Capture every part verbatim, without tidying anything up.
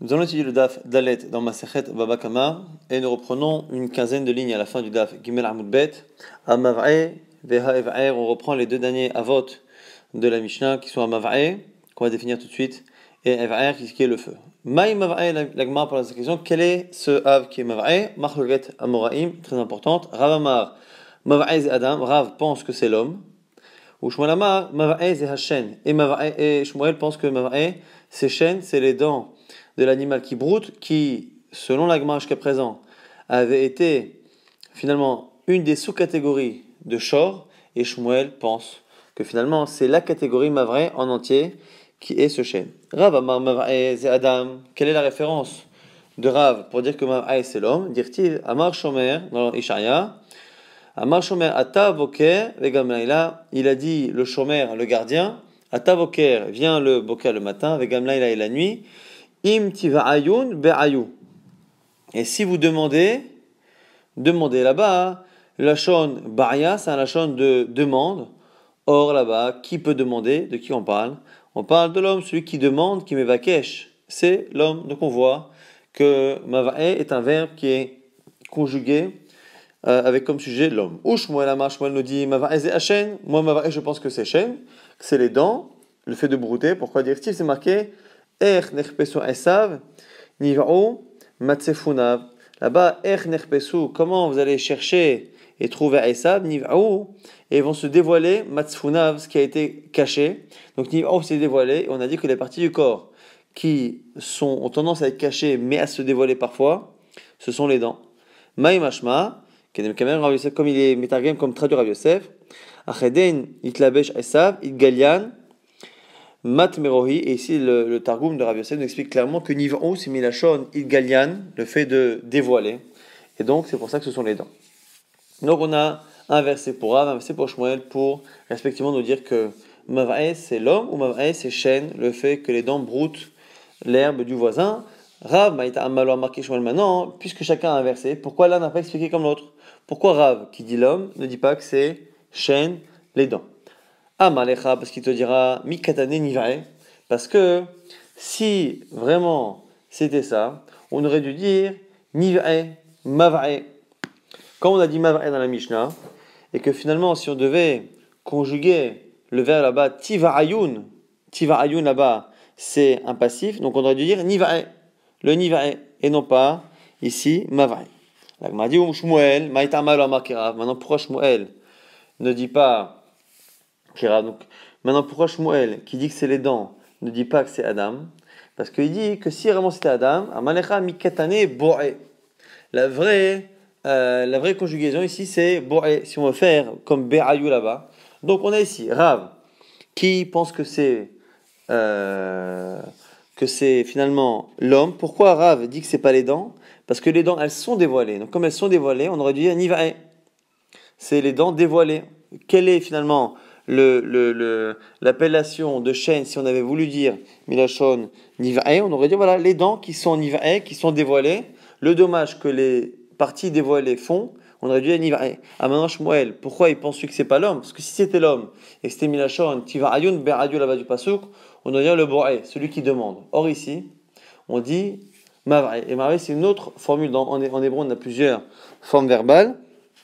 Nous allons étudier le daf Dalet dans Masechet Baba Kama et nous reprenons une quinzaine de lignes à la fin du daf Gimel Amud Bet. Amav'e Veha Ev'er, on reprend les deux derniers avot de la Mishnah qui sont Amav'e, qu'on va définir tout de suite, et Ev'er qui est le feu. Maï Mav'e, la Gemara pose la question, quel est ce Av qui est Mav'e? Machloket Amoraim, très importante. Rav Amar, Mav'e c'est Adam, Rav pense que c'est l'homme. Ou Shmuel Amar, Mav'e c'est Hashen, et, Mav'e, et Shmuel pense que Mav'e c'est Shen, c'est les dents de l'animal qui broute, qui, selon la Gemara jusqu'à présent, avait été finalement une des sous-catégories de Shor, et Shmuel pense que finalement c'est la catégorie Mav'e en entier qui est ce chêne. Rav Amar Mav'e c'est Adam. Quelle est la référence de Rav pour dire que Mav'e c'est l'homme? Dire-t-il Amar Shomer dans Ishaïa. Amar Shomer Ata Boker Vegam Laila. Il a dit le Shomer, le gardien. Ata Boker vient le Boker le matin, Vegam Laila et la nuit. Im tiva'ayun be'ayu. Et si vous demandez, demandez là-bas, lachon baria, c'est un lachon de demande. Or là-bas, qui peut demander? De qui on parle? On parle de l'homme, celui qui demande, qui mevakesh. C'est l'homme. Donc on voit que mava'e est un verbe qui est conjugué euh, avec comme sujet l'homme. Ou Shmuel Amar, Shmuel nous dit mava'e c'est Hashen. Moi mava'e je pense que c'est Shen, que c'est les dents, le fait de brouter. Pourquoi dire-t-il? C'est marqué Er nechpesu esav niv'u matsefunav. Là-bas, er nechpesu, comment vous allez chercher et trouver esav niv'u, et ils vont se dévoiler matsefunav, ce qui a été caché. Donc niv'u c'est dévoilé, et on a dit que les parties du corps qui sont, ont tendance à être cachées mais à se dévoiler parfois, ce sont les dents. Maïmashma, comme il est métargem, comme traduit Rav Yosef, acheden itlabesh esav itgalian Mat Merohi, et ici le, le Targum de Rav Yosef nous explique clairement que Niv'u c'est Milachon Idgalian, le fait de dévoiler, et donc c'est pour ça que ce sont les dents. Donc on a un verset pour Rav, un verset pour Shmuel, pour respectivement nous dire que Mav'e c'est l'homme, ou Mav'e c'est Shen, le fait que les dents broutent l'herbe du voisin. Rav Maïta Amalo a marqué Shmuel maintenant, puisque chacun a un verset, pourquoi l'un n'a pas expliqué comme l'autre? Pourquoi Rav, qui dit l'homme, ne dit pas que c'est Shen, les dents? Amalecha, parce qu'il te dira Mikatane Niva'e, parce que si vraiment c'était ça, on aurait dû dire Niva'e, Mava'e. Quand on a dit Mava'e dans la Mishnah, et que finalement, si on devait conjuguer le verbe là-bas, Tiva'ayun, Tiva'ayun là-bas, c'est un passif, donc on aurait dû dire Niva'e, le Niva'e, et non pas ici Mava'e. La Gemara dit Shmuel, Maïta Malo Amakirav. Maintenant, pourquoi Shmuel ne dit pas Donc, maintenant, pourquoi Shmuel, qui dit que c'est les dents, ne dit pas que c'est Adam? Parce qu'il dit que si vraiment c'était Adam, Amalecha mikatane bo'e. La vraie, euh, la vraie conjugaison ici, c'est bo'e. Si on veut faire comme be'ayu là-bas. Donc, on a ici Rav, qui pense que c'est, euh, que c'est finalement l'homme. Pourquoi Rav dit que c'est pas les dents? Parce que les dents, elles sont dévoilées. Donc, comme elles sont dévoilées, on aurait dû dire Niva'e. C'est les dents dévoilées. Quelle est finalement Le, le, le, l'appellation de chêne, si on avait voulu dire Milachon Niva'e, on aurait dit voilà, les dents qui sont Niva'e, qui sont dévoilées, le dommage que les parties dévoilées font, on aurait dû dire Niva'e. Ah maintenant Shmuel, pourquoi il pense que c'est pas l'homme? Parce que si c'était l'homme, et que c'était Milachon Tiva'ayun Be'ayun là-bas du Pasuk, on aurait dit le Bo'e, celui qui demande. Or ici, on dit Mav'e. Et Mav'e, c'est une autre formule, dans, en, en hébreu on a plusieurs formes verbales.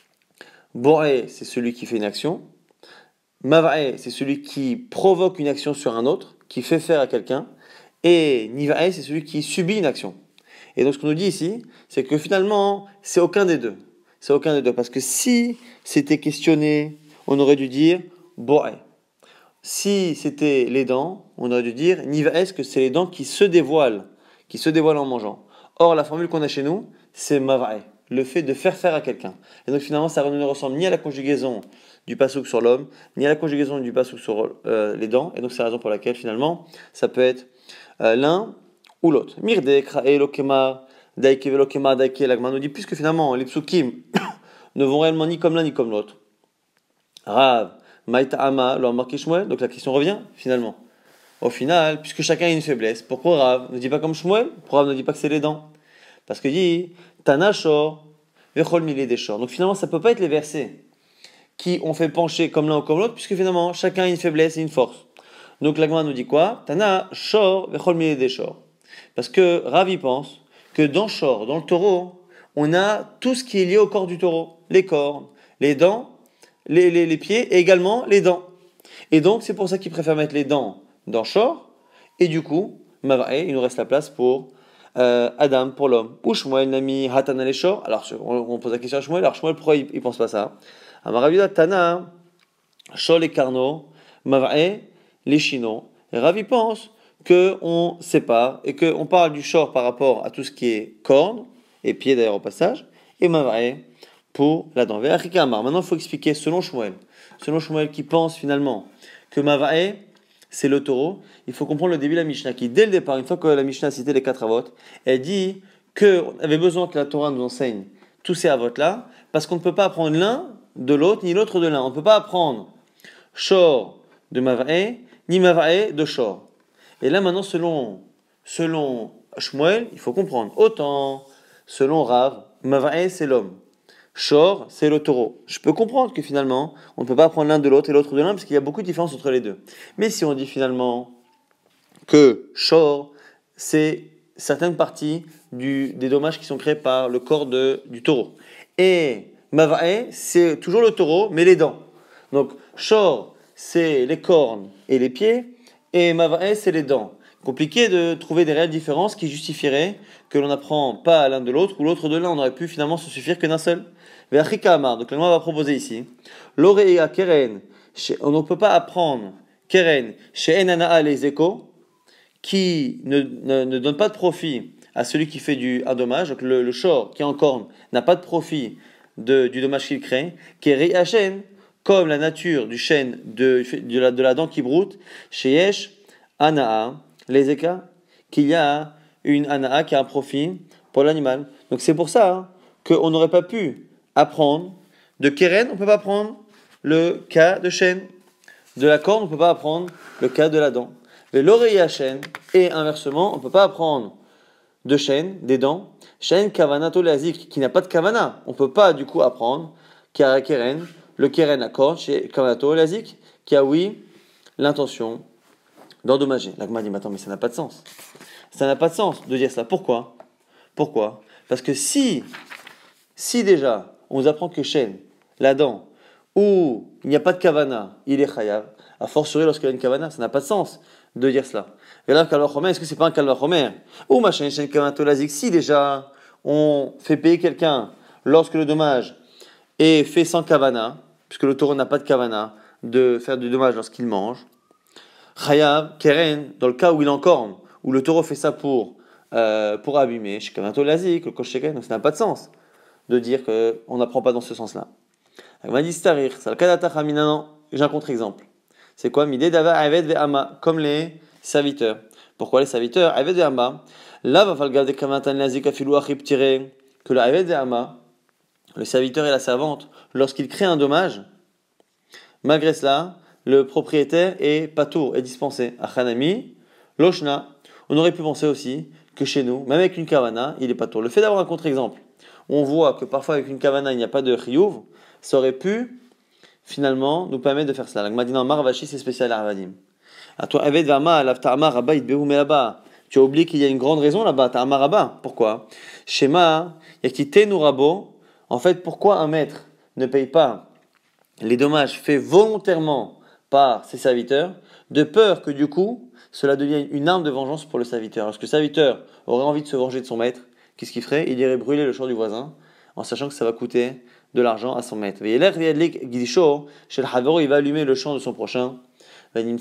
Bo'e, c'est celui qui fait une action. Mava'e, c'est celui qui provoque une action sur un autre, qui fait faire à quelqu'un. Et Niva'e, c'est celui qui subit une action. Et donc ce qu'on nous dit ici, c'est que finalement, c'est aucun des deux. C'est aucun des deux. Parce que si c'était questionné, on aurait dû dire Bo'e. Si c'était les dents, on aurait dû dire Niva'e, que c'est les dents qui se dévoilent, qui se dévoilent en mangeant. Or, la formule qu'on a chez nous, c'est Mava'e, le fait de faire faire à quelqu'un. Et donc finalement, ça ne ressemble ni à la conjugaison du pasuk sur l'homme, ni à la conjugaison du pasuk sur euh, les dents, et donc c'est la raison pour laquelle finalement ça peut être euh, l'un ou l'autre. Mirde, krae, lokema, daike, velokema, daike, l'agma nous dit, puisque finalement les psukim ne vont réellement ni comme l'un ni comme l'autre. Rav, maïta ama, lo marqué Shmuel, donc la question revient finalement. Au final, puisque chacun a une faiblesse, pourquoi Rav ne dit pas comme Shmuel? Pourquoi Rav ne dit pas que c'est les dents? Parce qu'il dit, tana shor, vechol milé des shor. Donc finalement ça ne peut pas être les versets qui ont fait pencher comme l'un ou comme l'autre, puisque finalement, chacun a une faiblesse et une force. Donc l'agma nous dit quoi? Tana, shor, vechol milé des shor. Parce que Rav y pense que dans Shor, dans le taureau, on a tout ce qui est lié au corps du taureau. Les cornes, les dents, les, les, les pieds et également les dents. Et donc c'est pour ça qu'il préfère mettre les dents dans Shor. Et du coup, Mavrae, il nous reste la place pour euh, Adam, pour l'homme. Ou Shmuel Nami Hatana les Shor. Alors on, on pose la question à Shmuel. Alors Shmuel, pourquoi il, il pense pas ça? Amaravida Tana, Shor les Carnot, Mavrae, les Chino. Et Ravi pense qu'on sépare et qu'on parle du Shor par rapport à tout ce qui est cornes et pieds d'ailleurs au passage, et Mavrae pour la dent. Maintenant il faut expliquer selon Shmuel, selon Shmuel qui pense finalement que Mavrae c'est le taureau, il faut comprendre le début de la Mishnah qui dès le départ, une fois que la Mishnah a cité les quatre avots, elle dit qu'on avait besoin que la Torah nous enseigne tous ces avots là, parce qu'on ne peut pas apprendre l'un de l'autre ni l'autre de l'un. On ne peut pas apprendre Shor de Mavrae ni Mavrae de Shor. Et là maintenant selon, selon Shmuel, il faut comprendre, autant selon Rav, Mavrae c'est l'homme, Shor c'est le taureau. Je peux comprendre que finalement on ne peut pas apprendre l'un de l'autre et l'autre de l'un parce qu'il y a beaucoup de différences entre les deux. Mais si on dit finalement que Shor c'est certaines parties du, des dommages qui sont créés par le corps de, du taureau, et Mavrae c'est toujours le taureau mais les dents. Donc Shor c'est les cornes et les pieds, et Mavrae c'est les dents. Compliqué de trouver des réelles différences qui justifieraient que l'on n'apprend pas l'un de l'autre ou l'autre de l'un. On aurait pu finalement se suffire que d'un seul. Ve'achika amar. Donc la loi va proposer ici. L'oreia keren. On ne peut pas apprendre keren chez enanaa les échos qui ne, ne, ne donne pas de profit à celui qui fait du, un dommage. Donc le, le shor qui est en corne n'a pas de profit de, du dommage qu'il crée. Keri hachen, comme la nature du chêne de, de, la, de la dent qui broute. Chez yesh anaa. Les écarts, qu'il y a une anaa qui a un profit pour l'animal. Donc c'est pour ça hein, qu'on n'aurait pas pu apprendre de keren, on ne peut pas apprendre le cas de chêne. De la corne, on ne peut pas apprendre le cas de la dent. Mais l'oreille à chêne, et inversement, on ne peut pas apprendre de chêne, des dents, chêne kavanato lazik, qui n'a pas de kavana. On ne peut pas du coup apprendre keren, le keren à corne, chez kavanato lazik, qui a oui l'intention d'endommager. L'agma dit, mais attends, mais ça n'a pas de sens. Ça n'a pas de sens de dire ça. Pourquoi? Pourquoi? Parce que si, si déjà, on vous apprend que chêne, la dent, où il n'y a pas de kavana, il est chayav, a fortiori lorsqu'il y a une kavana, ça n'a pas de sens de dire cela. Et là, kalva chomer, est-ce que c'est pas un kalva chomer? Ou machin, chêne kavanato lazik, si déjà, on fait payer quelqu'un lorsque le dommage est fait sans kavana, puisque le taureau n'a pas de kavana, de faire du dommage lorsqu'il mange, Chayav, Keren, dans le cas où il est en corne, où le taureau fait ça pour, euh, pour abîmer, chez Kavato Lazik, le Kosh Sheken, donc ça n'a pas de sens de dire qu'on n'apprend pas dans ce sens-là. Agmadistarir, Salkadata Chaminano, j'ai un contre-exemple. C'est quoi? Midé Dava Aved Ve'ama, comme les serviteurs. Pourquoi les serviteurs? Aved Ve'ama, là va falgav de Kavatan Lazik Afilou Achib tiré, que le Aved Ve'ama, le serviteur et la servante, lorsqu'il crée un dommage, malgré cela, le propriétaire est patour, est dispensé. Achanami, loshna. On aurait pu penser aussi que chez nous, même avec une kavana, il est patour. Le fait d'avoir un contre-exemple, on voit que parfois avec une kavana, il n'y a pas de chiyuv, ça aurait pu finalement nous permettre de faire cela. L'agmadina marvashi, c'est spécial à Arvadim. À toi, Eved Vama, l'Aftama Rabba, Itbehu là-bas. Tu as oublié qu'il y a une grande raison là-bas, Ta'ama Rabba. Pourquoi? Shema, Yakite Nourabo. En fait, pourquoi un maître ne paye pas les dommages faits volontairement par ses serviteurs, de peur que du coup, cela devienne une arme de vengeance pour le serviteur. Lorsque le serviteur aurait envie de se venger de son maître, qu'est-ce qu'il ferait? Il irait brûler le champ du voisin, en sachant que ça va coûter de l'argent à son maître. Il va allumer le champ de son prochain, et il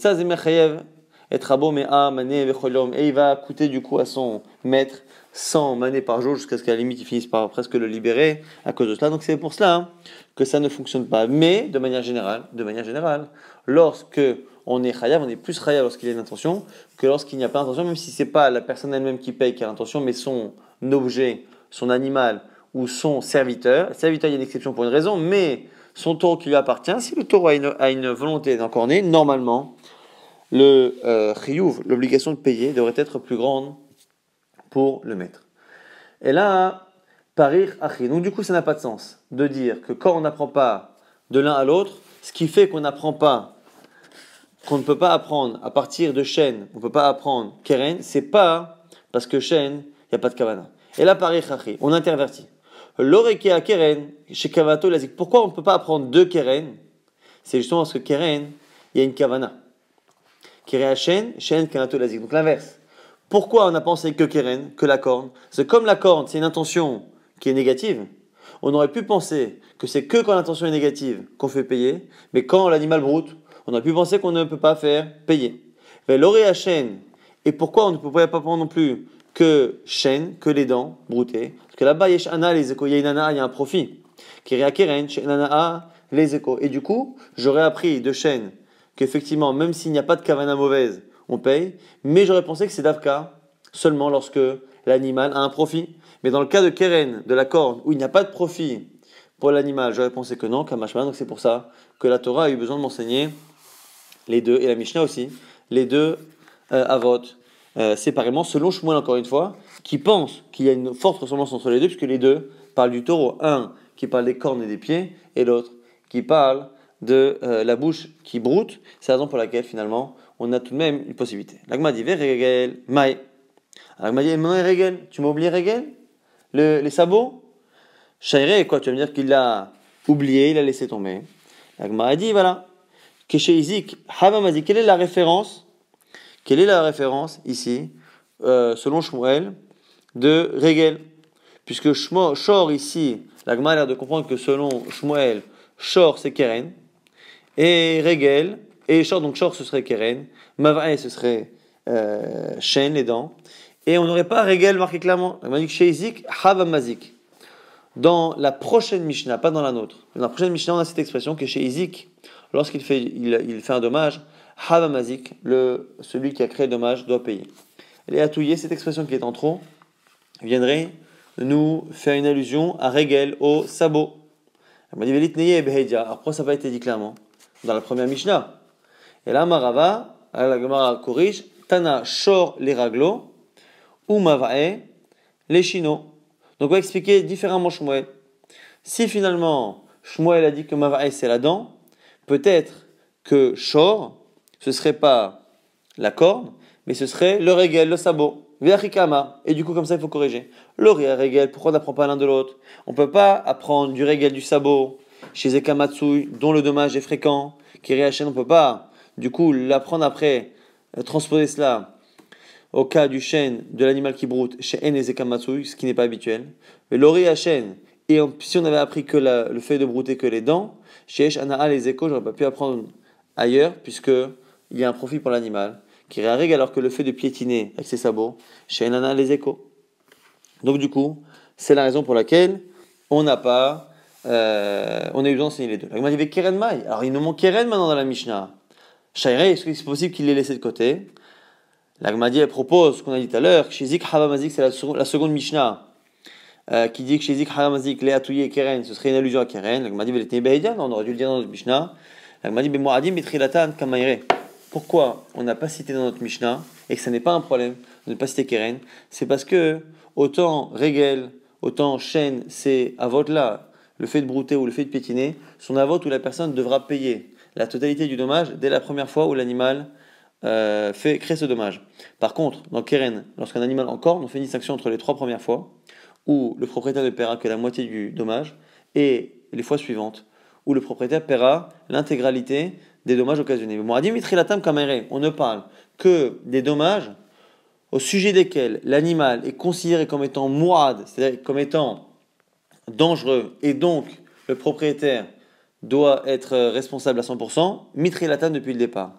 va coûter du coup à son maître cent manées par jour, jusqu'à ce qu'à la limite il finisse par presque le libérer à cause de cela. Donc c'est pour cela hein, que ça ne fonctionne pas. Mais de manière générale, de manière générale, lorsque on est chayav, on est plus chayav lorsqu'il y a une intention que lorsqu'il n'y a pas d'intention, même si c'est pas la personne elle-même qui paye qui a l'intention, mais son objet, son animal ou son serviteur. Le serviteur, il y a une exception pour une raison, mais son taureau qui lui appartient, si le taureau a une, a une volonté d'encorner, normalement, le euh, chiyuv, l'obligation de payer, devrait être plus grande pour le maître. Et là, parir achi. Donc du coup, ça n'a pas de sens de dire que quand on n'apprend pas de l'un à l'autre, ce qui fait qu'on n'apprend pas, qu'on ne peut pas apprendre à partir de chêne, on ne peut pas apprendre keren, c'est pas parce que Shen, il n'y a pas de Kavana. Et là, pareil, Chachi, on intervertit. L'oreke à Keren, chez Kavato Lazik. Pourquoi on ne peut pas apprendre deux Keren? C'est justement parce que Keren, il y a une Kavana. Keren Shen, Shen, Kavato Lazik. Donc l'inverse. Pourquoi on a pensé que Keren, que la corne? C'est comme la corne, c'est une intention qui est négative. On aurait pu penser que c'est que quand l'intention est négative qu'on fait payer, mais quand l'animal broute, on aurait pu penser qu'on ne peut pas faire payer. L'oré à Shen, et pourquoi on ne peut pas prendre non plus que Shen, que les dents broutées? Parce que là-bas, il y a Ana, les échos, il y a une Ana, il y a un profit. Kiria Keren, Shenana, les échos. Et du coup, j'aurais appris de Shen qu'effectivement, même s'il n'y a pas de kavana mauvaise, on paye, mais j'aurais pensé que c'est Davka seulement lorsque l'animal a un profit. Mais dans le cas de Keren, de la corne, où il n'y a pas de profit pour l'animal, j'aurais pensé que non, Kamashma, donc c'est pour ça que la Torah a eu besoin de m'enseigner les deux, et la Mishnah aussi, les deux euh, avot, euh, séparément, selon Shmuel encore une fois, qui pense qu'il y a une forte ressemblance entre les deux, puisque les deux parlent du taureau. Un qui parle des cornes et des pieds, et l'autre qui parle de euh, la bouche qui broute. C'est la raison pour laquelle finalement on a tout de même une possibilité. L'agma dit Regel, Maï. L'agma dit Maï Regel, tu m'as oublié Regel le, Les sabots Shairé, quoi, tu vas me dire qu'il l'a oublié, il a laissé tomber. L'agma a dit voilà. Keshe Izik, Havamazi, quelle est la référence Quelle est la référence ici, euh, selon Shmuel, de Regel? Puisque Shmo, Shor ici, l'agma a l'air de comprendre que selon Shmuel, Shor c'est Keren, et Regel, et Shor, donc Shor ce serait Keren, Mav'e ce serait euh, Shen, les dents, et on n'aurait pas Regel marqué clairement. On m'a dit que chez Izik, Havamazik. Dans la prochaine Mishnah, pas dans la nôtre, dans la prochaine Mishnah, on a cette expression que chez Izik, lorsqu'il fait, il, il fait un dommage, Havamazik, le, celui qui a créé le dommage, doit payer. Et à touiller, cette expression qui est en trop, viendrait nous faire une allusion à Regel, au sabot. Alors pourquoi ça n'a pas été dit clairement dans la première Mishnah? Et là, Marava, la Gemara corrige, Tana shor les raglo, ou mavae les chino. Donc on va expliquer différemment Shmuel. Si finalement Shmuel a dit que mavae c'est la dent, peut-être que shor ce serait pas la corne, mais ce serait le regel, le sabot. Et du coup, comme ça, il faut corriger. Le regel, pourquoi on n'apprend pas l'un de l'autre? On ne peut pas apprendre du regel du sabot chez Ekamatsui, dont le dommage est fréquent. Kiriachen, on ne peut pas, du coup, l'apprendre après, euh, transposer cela au cas du chêne de l'animal qui broute chez En et Ekamatsui, ce qui n'est pas habituel. Mais l'ori Hachen, et on, si on avait appris que la, le fait de brouter que les dents, chez Esh Anaa les échos, j'aurais pas pu apprendre ailleurs, puisqu'il y a un profit pour l'animal. Qui réarrigue alors que le fait de piétiner avec ses sabots, chez Nana les échos. Donc du coup, c'est la raison pour laquelle on n'a pas, euh, on a eu besoin d'enseigner les deux. Il m'a dit Keren Maï. Alors il nous manque Keren maintenant dans la Mishnah. Shairé, est-ce que c'est possible qu'il l'ait laissé de côté? L'Agmadi elle propose ce qu'on a dit tout à l'heure, que chez Zik Havamazik, c'est la, la seconde Mishnah, euh, qui dit que chez Zik Havamazik, les Atouye et Keren, ce serait une allusion à Keren. L'Agmadi elle était Behédia, on aurait dû le dire dans notre Mishnah. L'Agmadi Bemoadim Betrilatan Kamaire. Pourquoi on n'a pas cité dans notre Mishnah, et que ce n'est pas un problème de ne pas citer Keren? C'est parce que autant Regel, autant Shen, c'est avot là, le fait de brouter ou le fait de piétiner, son avot où la personne devra payer la totalité du dommage dès la première fois où l'animal euh, fait, crée ce dommage. Par contre, dans Keren, lorsqu'un animal en corne, on fait une distinction entre les trois premières fois, où le propriétaire ne paiera que la moitié du dommage, et les fois suivantes, où le propriétaire paiera l'intégralité des dommages occasionnés. On ne parle que des dommages au sujet desquels l'animal est considéré comme étant mouad, c'est-à-dire comme étant dangereux, et donc le propriétaire doit être responsable à cent pour cent, mitrilatam depuis le départ.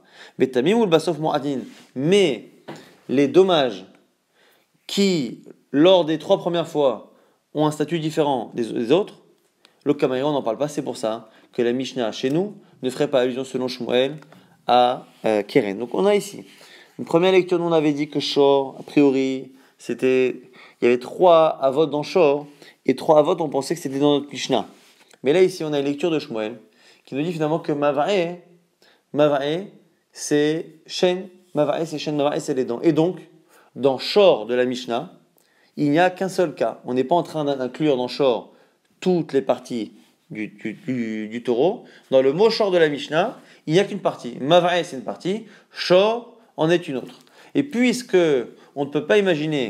Mais les dommages qui, lors des trois premières fois, ont un statut différent des autres, le Kamaïra, on n'en parle pas, c'est pour ça que la Mishnah chez nous ne ferait pas allusion selon Shmuel à euh, Keren. Donc on a ici une première lecture, nous on avait dit que Shor, a priori, c'était, il y avait trois avot dans Shor, et trois avot on pensait que c'était dans notre Mishnah. Mais là ici on a une lecture de Shmuel qui nous dit finalement que Mavae, Mavae c'est Shen, Mavae c'est Shen, Mavae c'est les dents. Et donc, dans Shor de la Mishnah, il n'y a qu'un seul cas. On n'est pas en train d'inclure dans Shor toutes les parties du, du, du, du taureau. Dans le mot Shor de la Mishnah, il n'y a qu'une partie. Mavae, c'est une partie. Shor en est une autre. Et puisque on ne peut pas imaginer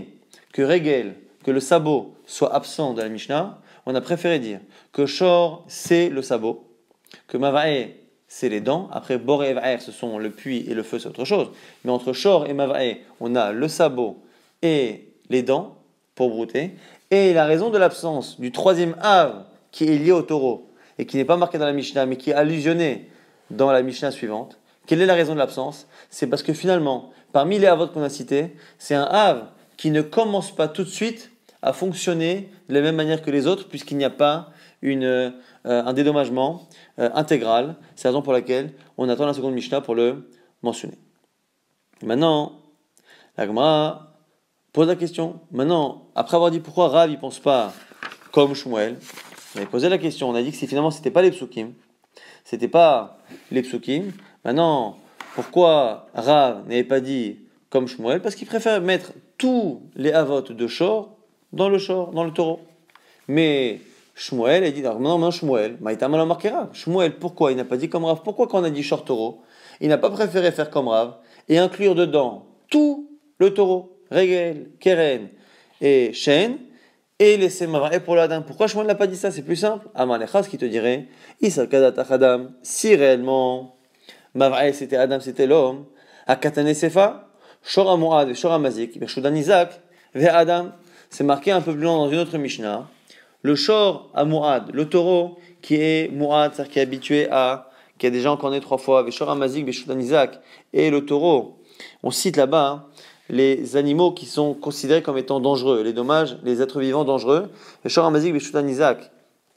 que Regel, que le sabot soit absent de la Mishnah, on a préféré dire que Shor, c'est le sabot, que Mavae, c'est les dents. Après, Bor et Ev'er, ce sont le puits et le feu, c'est autre chose. Mais entre Shor et Mavae, on a le sabot et les dents pour brouter. Et la raison de l'absence du troisième Av qui est lié au taureau et qui n'est pas marqué dans la Mishnah, mais qui est allusionné dans la Mishnah suivante. Quelle est la raison de l'absence? C'est parce que finalement, parmi les Avot qu'on a cités, c'est un Av qui ne commence pas tout de suite à fonctionner de la même manière que les autres, puisqu'il n'y a pas une, euh, un dédommagement euh, intégral. C'est la raison pour laquelle on attend la seconde Mishnah pour le mentionner. Maintenant, la Gemara pose la question. Maintenant, après avoir dit pourquoi Rav ne pense pas comme Shmuel, on avait posé la question. On a dit que si finalement c'était pas les psukim, c'était pas les psukim. Maintenant, pourquoi Rav n'avait pas dit comme Shmuel? Parce qu'il préfère mettre tous les avot de Shor dans le Shor, dans le taureau. Mais Shmuel, il dit, alors non, non, Shmuel, Maïtam ala marqué Rav. Shmuel, pourquoi il n'a pas dit comme Rav? Pourquoi quand on a dit Shor taureau, il n'a pas préféré faire comme Rav et inclure dedans tout le taureau, Regel, Keren et Shen, et laisser Mavae pour l'Adam? Pourquoi Shmuel n'a pas dit ça? C'est plus simple. Amalechas qui te dirait, Isa Kadat Adam, si réellement Mavae c'était Adam, c'était l'homme, Akatane Sefa, Shor Amuad et Shor Amazik, Beshudan Isaac, Ve Adam, c'est marqué un peu plus loin dans une autre Mishnah. Le Shor Amuad, le taureau qui est Muad, c'est-à-dire qui est habitué à, qui a déjà encorné trois fois, Ve Shor Amazik, Beshudan Isaac, et le taureau, on cite là-bas, hein, les animaux qui sont considérés comme étant dangereux, les dommages, les êtres vivants dangereux, le Shor Amazik, Beshudan Isaac,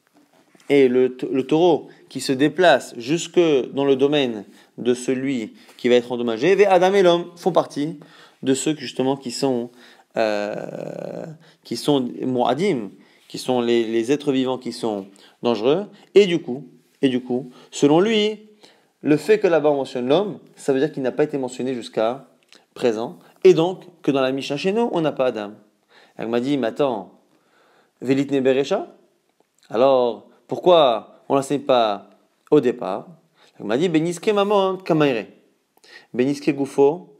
et le, le taureau qui se déplace jusque dans le domaine de celui qui va être endommagé, et Adam et l'homme font partie de ceux justement qui sont euh, qui sont mu'adim, qui sont les, les êtres vivants qui sont dangereux. Et du coup, et du coup, selon lui, le fait que là-bas on mentionne l'homme, ça veut dire qu'il n'a pas été mentionné jusqu'à présent, et donc que dans la Mishnah chez nous, on n'a pas Adam. Elle m'a dit, mais attends, Velitne Beresha, alors pourquoi on ne l'enseigne pas au départ? Elle m'a dit, Beniske Mamon Kamaire, Beniske Gufo,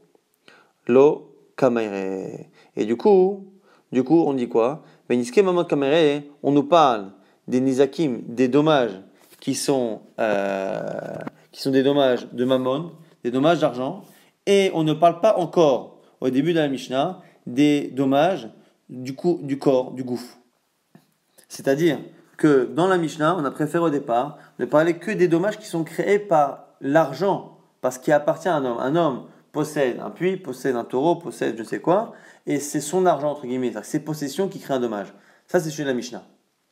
Lo Kamaire. Et du coup, du coup, on dit quoi? Beniske Mamon Kamaire, on nous parle des nizakim, des dommages qui sont, euh, qui sont des dommages de Mammon, des dommages d'argent, et on ne parle pas encore, au début de la Mishnah, des dommages du, coup, du corps, du gouffre. C'est-à-dire que dans la Mishnah, on a préféré au départ ne parler que des dommages qui sont créés par l'argent, parce qu'il appartient à un homme. Un homme possède un puits, possède un taureau, possède je ne sais quoi, et c'est son argent, entre guillemets, c'est-à-dire ses possessions qui créent un dommage. Ça, c'est chez la Mishnah.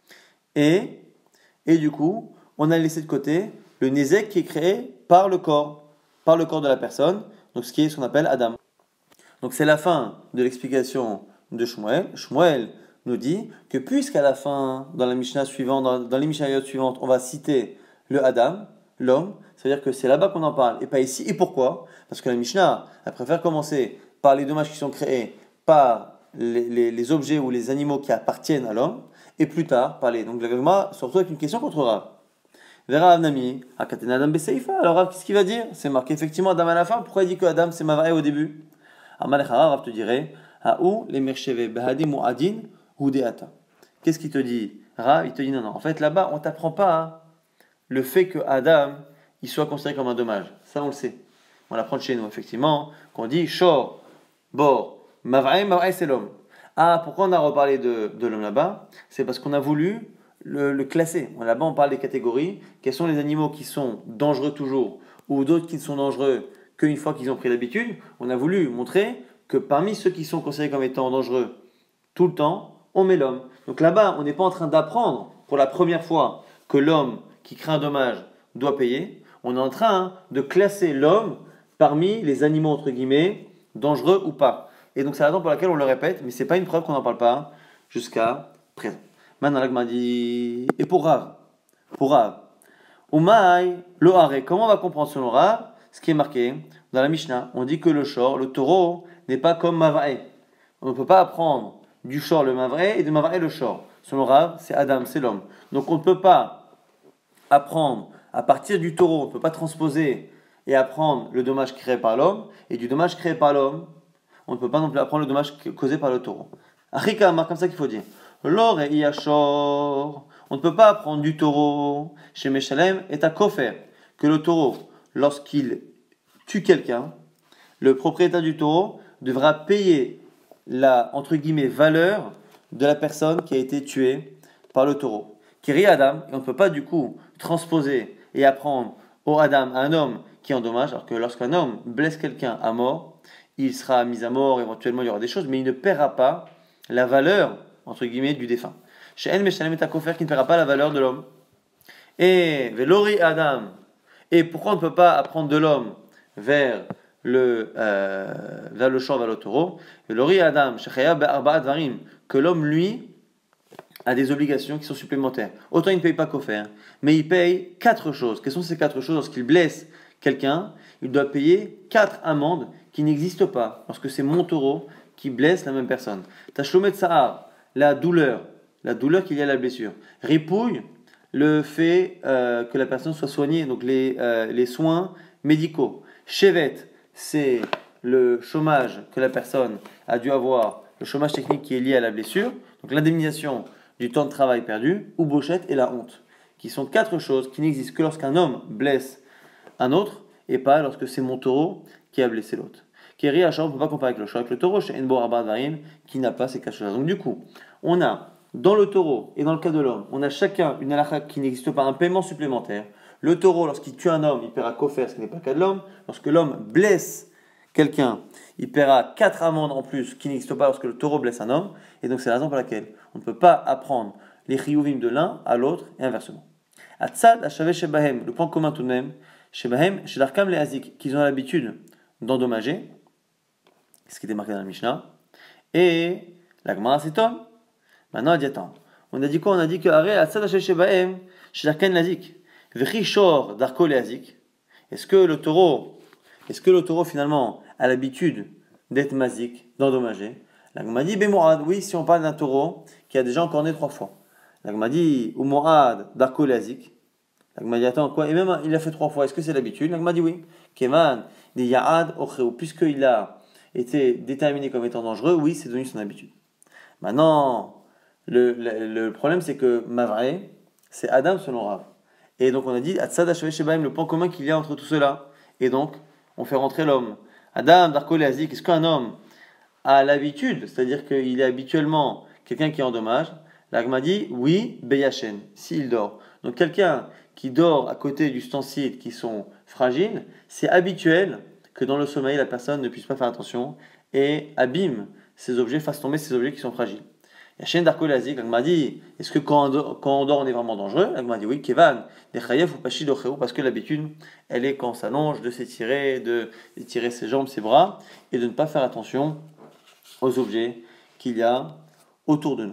Et, et du coup, on a laissé de côté le nézek qui est créé par le corps, par le corps de la personne, donc ce qui est ce qu'on appelle Adam. Donc c'est la fin de l'explication de Shmuel. Shmuel nous dit que puisqu'à la fin, dans la Mishnah suivante, dans, dans les Mishnayot suivantes, on va citer le Adam, l'homme, ça veut dire que c'est là-bas qu'on en parle et pas ici. Et pourquoi? Parce que la Mishnah, elle préfère commencer par les dommages qui sont créés par les, les, les objets ou les animaux qui appartiennent à l'homme, et plus tard par les. Donc la Gemara se retrouve avec une question contre Rav. Vera Avnami, Akatena Adam Beseifa. Alors Rav, qu'est-ce qu'il va dire? C'est marqué effectivement Adam à la fin. Pourquoi il dit que Adam c'est Mavae au début? Amalechara, Rav te dirait, Haou les mercheve behadi muadin ou deata. Qu'est-ce qu'il te dit? Rav, il te dit non, non. En fait là-bas, on ne t'apprend pas hein, le fait que Adam il soit considéré comme un dommage. Ça on le sait. On l'apprend de chez nous, effectivement, qu'on dit Shor, Bor, Mavae, Mavae c'est l'homme. Ah, pourquoi on a reparlé de, de l'homme là-bas? C'est parce qu'on a voulu le, le classer. Là-bas, on parle des catégories. Quels sont les animaux qui sont dangereux toujours ou d'autres qui ne sont dangereux qu'une fois qu'ils ont pris l'habitude? On a voulu montrer que parmi ceux qui sont considérés comme étant dangereux tout le temps, on met l'homme. Donc là-bas, on n'est pas en train d'apprendre pour la première fois que l'homme qui crée un dommage doit payer. On est en train de classer l'homme parmi les animaux, entre guillemets, dangereux ou pas. Et donc c'est la raison pour laquelle on le répète, mais ce n'est pas une preuve qu'on n'en parle pas jusqu'à présent. Maintenant, l'Agma dit, et pour Rav, pour Rav, Umaï, le Haré, comment on va comprendre selon Rav ce qui est marqué dans la Mishnah? On dit que le shor, le taureau, n'est pas comme Mavae. On ne peut pas apprendre du shor le Mavae et de Mavae le shor. Selon Rav, c'est Adam, c'est l'homme. Donc on ne peut pas apprendre à partir du taureau, on ne peut pas transposer et apprendre le dommage créé par l'homme, et du dommage créé par l'homme, on ne peut pas non plus apprendre le dommage causé par le taureau. Achikama, comme ça qu'il faut dire. L'or et Iachor. On ne peut pas apprendre du taureau chez Meshalem et à Kofer que le taureau, lorsqu'il tue quelqu'un, le propriétaire du taureau devra payer la, entre guillemets, valeur de la personne qui a été tuée par le taureau. Kiri Adam, et on ne peut pas du coup transposer et apprendre au Adam, à un homme qui endommage, alors que lorsqu'un homme blesse quelqu'un à mort, il sera mis à mort, éventuellement il y aura des choses, mais il ne paiera pas la valeur, entre guillemets, du défunt. Chez En Meshalem et Kofer, qui ne paiera pas la valeur de l'homme. Et Velori Adam, et pourquoi on ne peut pas apprendre de l'homme vers le, euh, vers le champ, vers le taureau? Velori Adam, Shechaya Be'arba'a Dvarim, que l'homme, lui, a des obligations qui sont supplémentaires. Autant il ne paye pas Kofer, mais il paye quatre choses. Quelles sont ces quatre choses? Lorsqu'il blesse quelqu'un, il doit payer quatre amendes qui n'existent pas, lorsque c'est mon taureau qui blesse la même personne. Tashlomet Sahar, la douleur, la douleur qu'il y a à la blessure. Ripouille, le fait euh, que la personne soit soignée, donc les, euh, les soins médicaux. Chevet, c'est le chômage que la personne a dû avoir, le chômage technique qui est lié à la blessure, donc l'indemnisation du temps de travail perdu, ou bochette et la honte, qui sont quatre choses qui n'existent que lorsqu'un homme blesse un autre, et pas lorsque c'est mon taureau qui a blessé l'autre. Keri Hachor, on ne peut pas comparer avec le, avec le taureau, chez Enbo Arba Dvarim, qui n'a pas ces quatre choses. Donc du coup, on a dans le taureau et dans le cas de l'homme, on a chacun une halakha qui n'existe pas, un paiement supplémentaire. Le taureau, lorsqu'il tue un homme, il paiera kofer, ce qui n'est pas le cas de l'homme. Lorsque l'homme blesse quelqu'un, il paiera quatre amendes en plus qui n'existent pas lorsque le taureau blesse un homme. Et donc c'est la raison pour laquelle on ne peut pas apprendre les chiyuvim de l'un à l'autre et inversement. Atzad Hashave Shebahem, le point commun tout de même, Shebahem, Shedarkam le Hazik, qu'ils ont l'habitude d'endommager, ce qui était marqué dans la Mishnah, et la Gemara s'étonne. Maintenant, elle dit attends, on a dit quoi? On a dit que Aré Atzad Hashave Shebahem, Shedarkam le Hazik, Vechishor Darko le Hazik. Est-ce que le taureau, est-ce que le taureau finalement a l'habitude d'être mazik, d'endommager? La Gemara dit Bemourad, oui, si on parle d'un taureau qui a déjà encorné trois fois. La Gemara dit ou Mourad Darko le Hazik. La Gemara dit attends quoi? Et même il a fait trois fois. Est-ce que c'est l'habitude? La Gemara dit oui. Keman des Yaad Ochreu, puisqu'il a été déterminé comme étant dangereux, oui, c'est devenu son habitude. Maintenant, le, le, le problème c'est que Mavre, c'est Adam selon Rav. Et donc on a dit Atzad Hashave Shebahem, le point commun qu'il y a entre tout cela. Et donc on fait rentrer l'homme. Adam Darko le Hazik, est-ce qu'un homme a l'habitude, c'est-à-dire qu'il est habituellement quelqu'un qui endommage? La Gemara dit oui, Beyachen, s'il dort. Donc quelqu'un qui dort à côté d'ustensiles qui sont fragiles, c'est habituel que dans le sommeil, la personne ne puisse pas faire attention et abîme ces objets, fasse tomber ces objets qui sont fragiles. Yachen Darko le Hazik, la Gemara dit est-ce que quand on, dort, quand on dort, on est vraiment dangereux? La Gemara dit oui, Kevan, Dechayev ou Pachi Docheu, parce que l'habitude, elle est quand on s'allonge, de s'étirer, de d'étirer ses jambes, ses bras, et de ne pas faire attention aux objets qu'il y a autour de nous.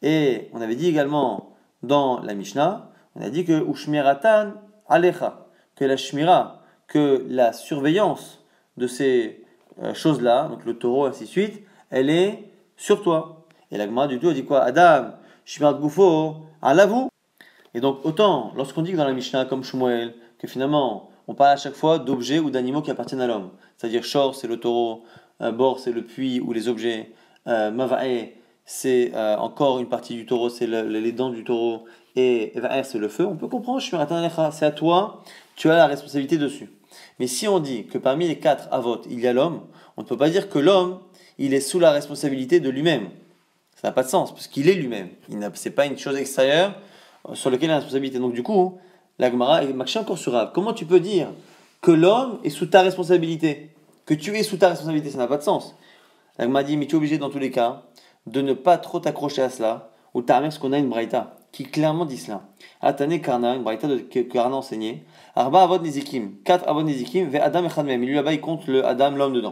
Et on avait dit également dans la Mishnah, on a dit que Ushmiratan Alecha, que la Shmira, que la surveillance de ces euh, choses-là, donc le taureau, ainsi de suite, elle est sur toi. Et la Gemara du tout, elle dit quoi? Adam, Shmirat Goufo, Alavou. Et donc, autant, lorsqu'on dit que dans la Mishnah, comme Shmuel, que finalement, on parle à chaque fois d'objets ou d'animaux qui appartiennent à l'homme. C'est-à-dire, Shor, c'est le taureau, euh, Bor, c'est le puits ou les objets, euh, Mavae, c'est euh, encore une partie du taureau, c'est le, les dents du taureau, et Evaer, c'est le feu. On peut comprendre, Shmiratan Alecha, c'est à toi, tu as la responsabilité dessus. Mais si on dit que parmi les quatre avot, il y a l'homme, on ne peut pas dire que l'homme, il est sous la responsabilité de lui-même. Ça n'a pas de sens, parce qu'il est lui-même. Il n'a, c'est pas une chose extérieure sur laquelle il a la responsabilité. Donc du coup, la Gemara est marquée encore sur Rav. Comment tu peux dire que l'homme est sous ta responsabilité? Que tu es sous ta responsabilité, ça n'a pas de sens. La Gemara dit, mais tu es obligé dans tous les cas de ne pas trop t'accrocher à cela, ou t'as parce qu'on a une braïta qui clairement dit cela. Atane Karna, une braïta que Karna a enseigné. Arba avod nezikim, quatre avod nezikim, ve Adam echad mem. Lui là-bas, il compte le Adam, l'homme dedans.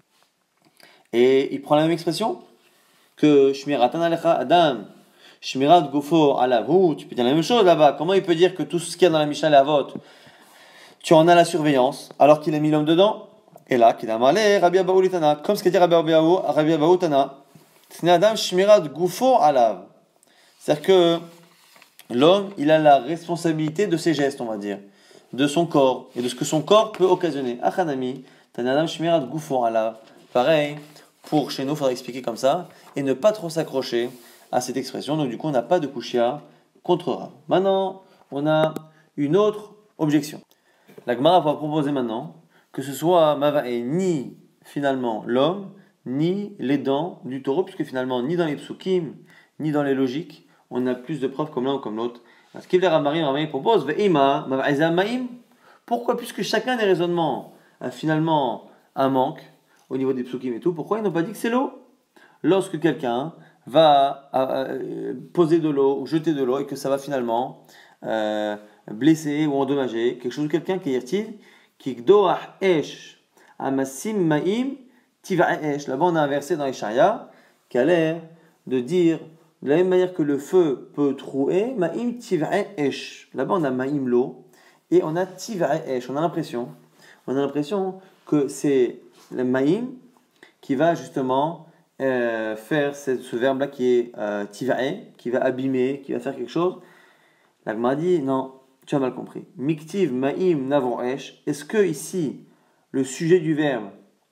Et il prend la même expression que Shmiratan Alecha Adam, Shmirat Gofo Alavou, tu peux dire la même chose là-bas. Comment il peut dire que tout ce qu'il y a dans la Mishnah, la vote, tu en as la surveillance, alors qu'il a mis l'homme dedans? Et là, qu'il a malé, Rabbi Abaou Litana, comme ce qu'a dit Rabbi Abaou, Rabbi Abaou Tana, c'est Adam Shmirat Gofo Alav. C'est-à-dire que l'homme, il a la responsabilité de ses gestes, on va dire, de son corps, et de ce que son corps peut occasionner. Achanami, Tanadam Shmirat Gofo Alav. Pareil, pour chez nous, il faudra expliquer comme ça, et ne pas trop s'accrocher à cette expression. Donc du coup, on n'a pas de kushia contre Rav. Maintenant, on a une autre objection. La Gemara va proposer maintenant que ce soit Mavae ni finalement l'homme, ni les dents du taureau, puisque finalement, ni dans les psukim, ni dans les logiques, on a plus de preuves comme l'un ou comme l'autre. Ce qu'il verra Marie, Marie propose, Ve'ima, Mavae Maim. Pourquoi? Puisque chacun des raisonnements a finalement un manque au niveau des psukim et tout, pourquoi ils n'ont pas dit que c'est l'eau? Lorsque quelqu'un va euh, poser de l'eau ou jeter de l'eau et que ça va finalement euh, blesser ou endommager quelque chose, quelqu'un qui est qui doah esh amasim maim tiva esh. Là-bas, on a un verset dans Ishaïa qui a l'air de dire de la même manière que le feu peut trouer, maim tiva esh. Là-bas, on a maim l'eau et on a tiva esh. On a l'impression, on a l'impression que c'est le maim qui va justement euh, faire ce, ce verbe-là qui est euh, tivae, qui va abîmer, qui va faire quelque chose. La Gemara dit non, tu as mal compris. Miktiv ma'im navroesh. Est-ce que ici le sujet du verbe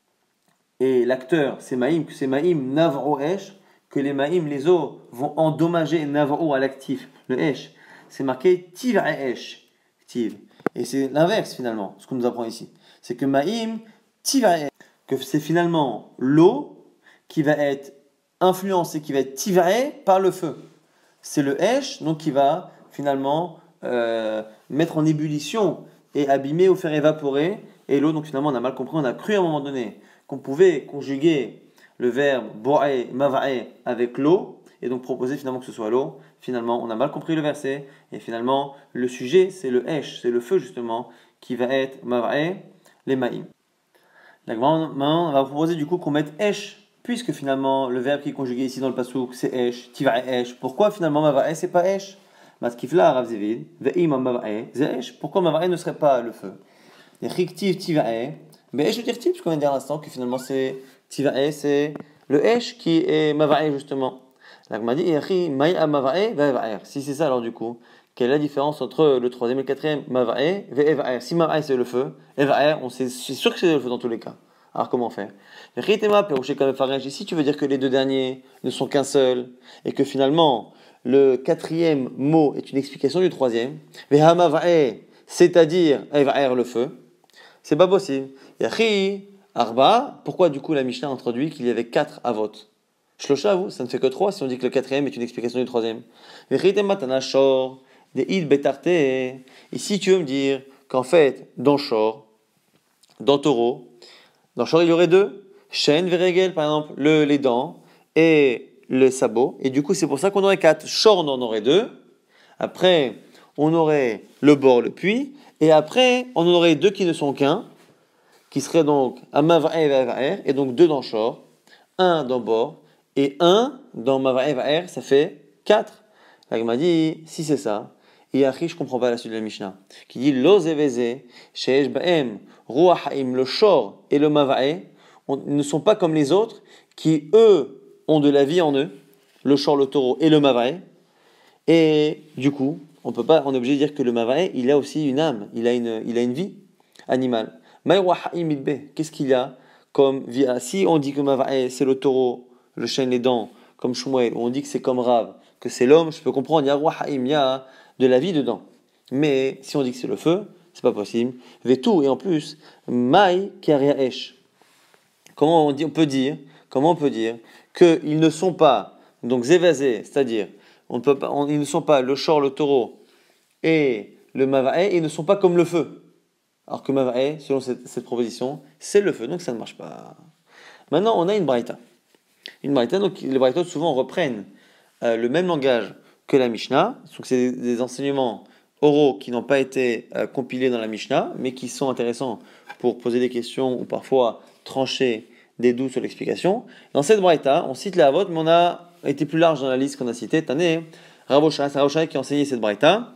et l'acteur c'est ma'im, que c'est ma'im navroesh, que les ma'im, les eaux vont endommager navro à l'actif, le esh. C'est marqué tivaesh, tiv. Et c'est l'inverse finalement, ce qu'on nous apprend ici. C'est que ma'im tivaesh, que c'est finalement l'eau qui va être influencée, qui va être tivae par le feu. C'est le esh, donc qui va finalement euh, mettre en ébullition et abîmer ou faire évaporer. Et l'eau, donc finalement, on a mal compris, on a cru à un moment donné qu'on pouvait conjuguer le verbe bo'e, mava'e avec l'eau, et donc proposer finalement que ce soit l'eau. Finalement, on a mal compris le verset, et finalement, le sujet, c'est le esh, c'est le feu justement, qui va être mava'e, les ma'im. Maintenant, on va proposer du coup qu'on mette esh, puisque finalement, le verbe qui est conjugué ici dans le pasouk, c'est esh, tiva'e esh. Pourquoi finalement mava'e, c'est pas esh? Matkifla, Rav Zevid, ve'im mava'e, c'est esh. Pourquoi mava'e ne serait pas le feu? Chiktiv tiva'e, mais esh veut dire tiv, parce qu'on vient de dire à l'instant que finalement c'est tiva'e, c'est le esh qui est mava'e justement. Donc, m'a dit, maïa mava'e, ve'eva'er. Si c'est ça, alors du coup, quelle est la différence entre le troisième et le quatrième? Mava'e, ve'eva'er. Si mava'e c'est le feu, eva'er, on sait, c'est sûr que c'est le feu dans tous les cas. Alors comment faire? Ici, tu veux dire que les deux derniers ne sont qu'un seul, et que finalement, le quatrième mot est une explication du troisième. C'est-à-dire, eva'er le feu. C'est pas possible. Arba, pourquoi du coup la Mishnah a introduit qu'il y avait quatre avot? Shlosha, vous, ça ne fait que trois si on dit que le quatrième est une explication du troisième. Ici, tu veux me dire qu'en fait, dans Shor, dans Taureau, dans Shor, il y aurait deux. Shen, Veregel, par exemple, le, les dents et le sabot. Et du coup, c'est pour ça qu'on aurait quatre. Shor, on en aurait deux. Après, on aurait le bord, le puits. Et après, on en aurait deux qui ne sont qu'un, qui seraient donc Amava'e et Va'er, et donc deux dans Shor, un dans bord, et un dans Mava'e et Va'er, ça fait quatre. Là, il m'a dit, si c'est ça, et après, je ne comprends pas la suite de la Mishnah, qui dit Lo zeveze, sheesh ba'em, ruach ha'im, le Shor et le Mava'e, ne sont pas comme les autres, qui eux ont de la vie en eux, le Shor, le taureau et le Mava'e, et du coup, on peut pas, on est obligé de dire que le Mava'e, il a aussi une âme, il a une, il a une vie animale. Qu'est-ce qu'il y a comme vie? Si on dit que Mava'e, c'est le taureau, le chêne, les dents, comme Shmuel, ou on dit que c'est comme Rav, que c'est l'homme, je peux comprendre, il y a Ruahaim, il y a de la vie dedans. Mais si on dit que c'est le feu, c'est pas possible. Vetou, et en plus, Mai Kariaesh. Comment on, dit, on peut dire, comment on peut dire qu'ils ne sont pas, donc Zévazé, c'est-à-dire, on ne peut pas, on, ils ne sont pas le Shor, le taureau, et le Mava'e, ils ne sont pas comme le feu. Alors que Mava'e, selon cette, cette proposition, c'est le feu, donc ça ne marche pas. Maintenant, on a une braïta. Une braïta, donc les braïtas souvent reprennent euh, le même langage que la Mishnah. Donc c'est des, des enseignements oraux qui n'ont pas été euh, compilés dans la Mishnah, mais qui sont intéressants pour poser des questions ou parfois trancher des doutes sur l'explication. Dans cette braïta, on cite les avot, mais on a été plus large dans la liste qu'on a citée. Tané, Rav Oshaya, c'est Rav Oshaya qui a enseigné cette braïta.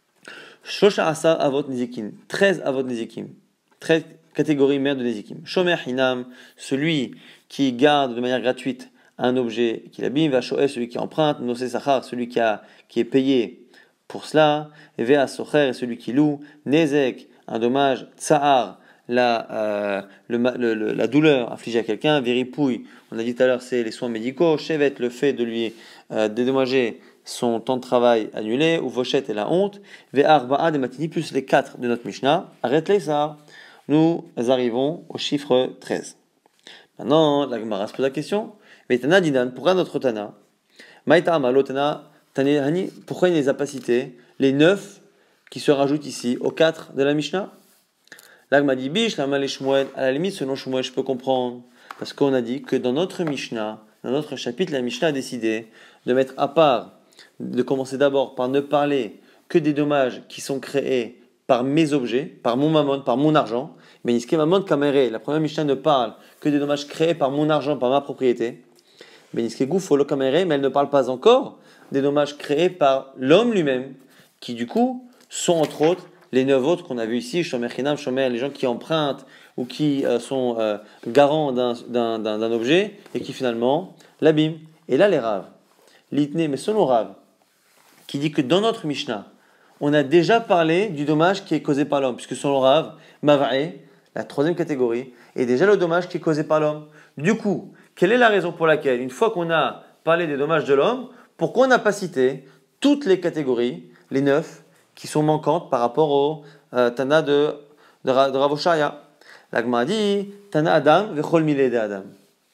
Shosha Asa Avot Nezikim, treize Avot Nezikim, treize catégories mères de Nezikim. Shomer Hinam, celui qui garde de manière gratuite un objet qu'il abîme, Vashoe, celui qui emprunte, Nosé Sachar, celui qui, a, qui est payé pour cela, Vea Socher, celui qui loue, Nezek, un dommage, Tsahar, la, euh, le, le, le, la douleur infligée à quelqu'un, viripouille, on a dit tout à l'heure, c'est les soins médicaux, chevet, le fait de lui euh, dédommager son temps de travail annulé, ou vochet et la honte, ve'arba'a de matini, plus les quatre de notre Mishnah, arrête-les ça, nous arrivons au chiffre treize. Maintenant, la Gemara se pose la question, mais Tana Dinan, pourquoi notre Tana Maïta Amalo Tana, Tanehani, pourquoi il ne les a pas cités, les neuf qui se rajoutent ici, aux quatre de la Mishnah? Là, m'a dit Bish, la Malé Shmuel, à la limite, selon Shmuel, je peux comprendre, parce qu'on a dit que dans notre Mishnah, dans notre chapitre, la Mishnah a décidé de mettre à part, de commencer d'abord par ne parler que des dommages qui sont créés par mes objets, par mon mammon, par mon argent. Mais Niske Mammon Kamere, la première Mishnah ne parle que des dommages créés par mon argent, par ma propriété. Mais Niske Goufo lo Kamere, mais elle ne parle pas encore des dommages créés par l'homme lui-même, qui du coup sont entre autres les neuf autres qu'on a vus ici, Shomer Chinam, Shomer, les gens qui empruntent ou qui euh, sont euh, garants d'un, d'un, d'un, d'un objet et qui finalement l'abîment. Et là les Rav, l'Itné, mais selon Rav, qui dit que dans notre Mishnah, on a déjà parlé du dommage qui est causé par l'homme, puisque selon Rav, Mava'e, la troisième catégorie, est déjà le dommage qui est causé par l'homme. Du coup, quelle est la raison pour laquelle, une fois qu'on a parlé des dommages de l'homme, pourquoi on n'a pas cité toutes les catégories, les neuf, qui sont manquantes par rapport au euh, Tana de, de, de Rav Oshaya? La Gemara dit Tana Adam vechol milé de Adam.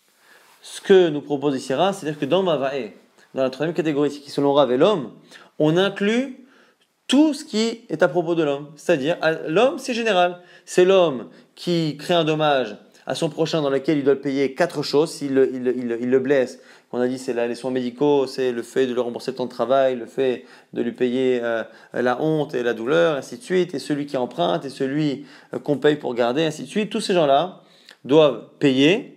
Ce que nous propose ici Rav, c'est-à-dire que dans Mava'e, dans la troisième catégorie, qui selon Rav est l'homme, on inclut tout ce qui est à propos de l'homme. C'est-à-dire, l'homme, c'est général. C'est l'homme qui crée un dommage à son prochain dans lequel il doit le payer quatre choses. S'il le, il, il, il le blesse, on a dit c'est là, les soins médicaux, c'est le fait de lui rembourser le temps de travail, le fait de lui payer euh, la honte et la douleur, ainsi de suite, et celui qui emprunte, et celui euh, qu'on paye pour garder, ainsi de suite. Tous ces gens-là doivent payer,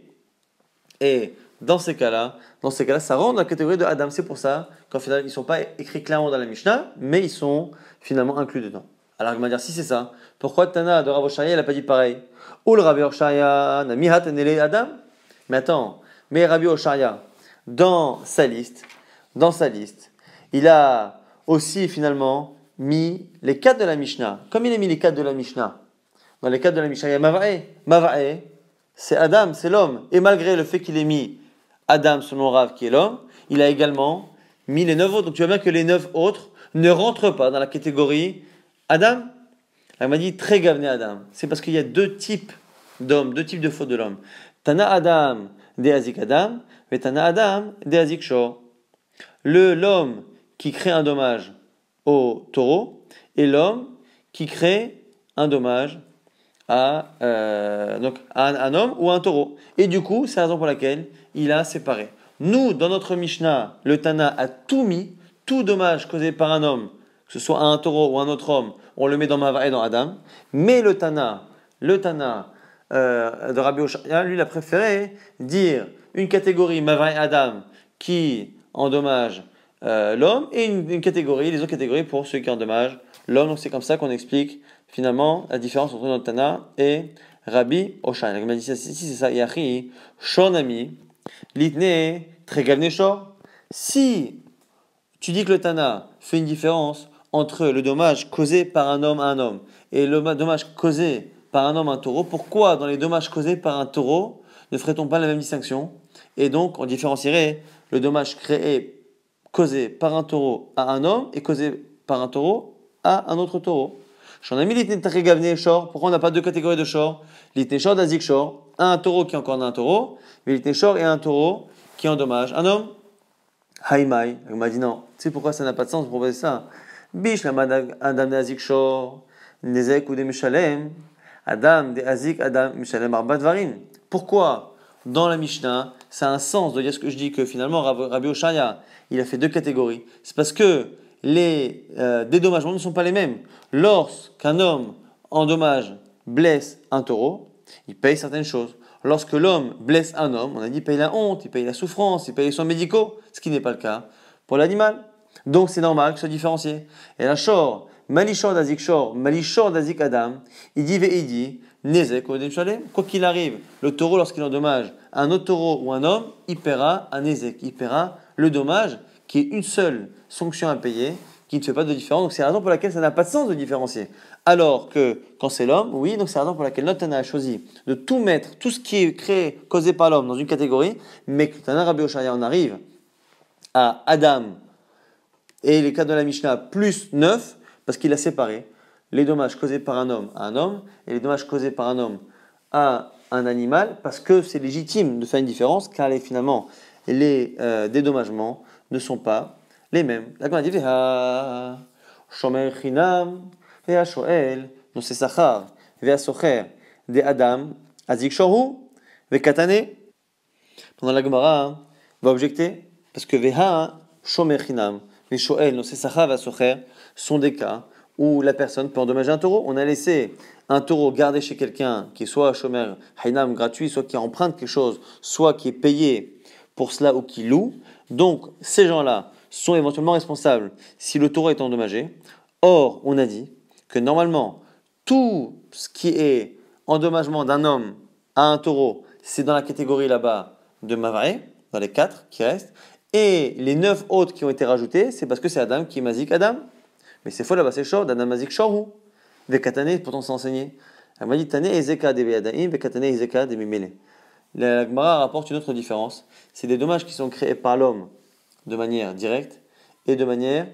et dans ces cas-là, dans ces cas-là, ça rentre dans la catégorie de Adam. C'est pour ça qu'en final, ils ne sont pas écrits clairement dans la Mishnah, mais ils sont finalement inclus dedans. Alors, il va dire, si c'est ça, pourquoi Tana de Rav Oshaya, il n'a pas dit pareil? Ou le Rabbi Oshaya, Namihat Nele Adam? Mais attends, mais Rabbi Oshaya, dans sa liste, dans sa liste, il a aussi finalement mis les quatre de la Mishnah. Comme il a mis les quatre de la Mishnah, dans les quatre de la Mishnah, il y a Mava'e. Mava'e, c'est Adam, c'est l'homme. Et malgré le fait qu'il ait mis Adam selon Rav qui est l'homme, il a également mis les neuf autres. Donc tu vois bien que les neuf autres ne rentrent pas dans la catégorie Adam. Elle m'a dit très gavné Adam. C'est parce qu'il y a deux types d'hommes, deux types de fautes de l'homme. Tana Adam de Azik Adam, mais Tana Adam de Azik Shor. Le l'homme qui crée un dommage au taureau et l'homme qui crée un dommage à, euh, donc à un, un homme ou à un taureau. Et du coup, c'est la raison pour laquelle il a séparé. Nous, dans notre Mishnah, le Tana a tout mis, tout dommage causé par un homme, que ce soit un taureau ou un autre homme, on le met dans Mava'e, dans Adam. Mais le Tana, le Tana euh, de Rabbi Oshaya, lui, il a préféré dire une catégorie Mava'e Adam qui endommage euh, l'homme et une, une catégorie, les autres catégories pour ceux qui endommagent l'homme. Donc c'est comme ça qu'on explique finalement la différence entre notre Tana et Rabbi Oshaya. Il m'a dit si c'est ça, Yachi, Shonami, Litne, Tregavne Shor. Si tu dis que le Tana fait une différence entre le dommage causé par un homme à un homme et le dommage causé par un homme à un taureau, pourquoi dans les dommages causés par un taureau ne ferait-on pas la même distinction? Et donc on différencierait le dommage créé, causé par un taureau à un homme et causé par un taureau à un autre taureau. J'en ai mis l'itne tregavne shor. Pourquoi on n'a pas deux catégories de shor? L'itne shor d'azik shor, un taureau qui encore un taureau, mais l'itne shor et un taureau qui endommage un homme. Haïmaï, il m'a dit non. Tu sais pourquoi ça n'a pas de sens de proposer ça? Bish la Adam de Azik Shor, Nezek ou de Mishalem, Adam de Azik, Adam Mishalem Arbat Varim. Pourquoi dans la Mishnah, ça a un sens de dire ce que je dis que finalement Rabbi Oshaya, il a fait deux catégories. C'est parce que les euh, dédommagements ne sont pas les mêmes. Lorsqu'un homme endommage, blesse un taureau, il paye certaines choses. Lorsque l'homme blesse un homme, on a dit il paye la honte, il paye la souffrance, il paye les soins médicaux, ce qui n'est pas le cas pour l'animal. Donc c'est normal que ce soit différencié. Et la shor, malishor d'azik shor, malishor d'azik adam, il dit ve'idi, nezek odem shalem. Quoi qu'il arrive, le taureau lorsqu'il endommage un autre taureau ou un homme, il paiera un nezek, il paiera le dommage qui est une seule sanction à payer, qui ne fait pas de différence. Donc c'est la raison pour laquelle ça n'a pas de sens de différencier. Alors que quand c'est l'homme, oui, donc c'est la raison pour laquelle notre Tana a choisi de tout mettre, tout ce qui est créé, causé par l'homme dans une catégorie, mais que Tana Rabbi Oshaya, on arrive à Adam et les cas de la Mishnah plus neuf, parce qu'il a séparé les dommages causés par un homme à un homme et les dommages causés par un homme à un animal, parce que c'est légitime de faire une différence, car les, finalement, les euh, dédommagements ne sont pas les mêmes. Là, on a dit, Veha shomer chinam, veha shoel, non c'est sachar, veha socher, de Adam, azik shoru, ve katane. Pendant la Gemara va objecter, parce que veha shomer chinam, ve shoel, non c'est sachar, veha socher, sont des cas où la personne peut endommager un taureau. On a laissé un taureau gardé chez quelqu'un qui est soit shomer hainam gratuit, soit qui emprunte quelque chose, soit qui est payé pour cela ou qui loue. Donc ces gens-là sont éventuellement responsables si le taureau est endommagé. Or, on a dit que normalement, tout ce qui est endommagement d'un homme à un taureau, c'est dans la catégorie là-bas de Mavaé, dans les quatre qui restent. Et les neuf autres qui ont été rajoutés, c'est parce que c'est Adam qui est Mazik Adam. Mais c'est faux là-bas, c'est chaud, Adam Mazik Shoru. Vekatane, pourtant c'est enseigné. Elle m'a dit Tane Ezeka de Beadaim, Vekatane Ezeka de Mimele. La Gemara rapporte une autre différence. C'est des dommages qui sont créés par l'homme de manière directe et de manière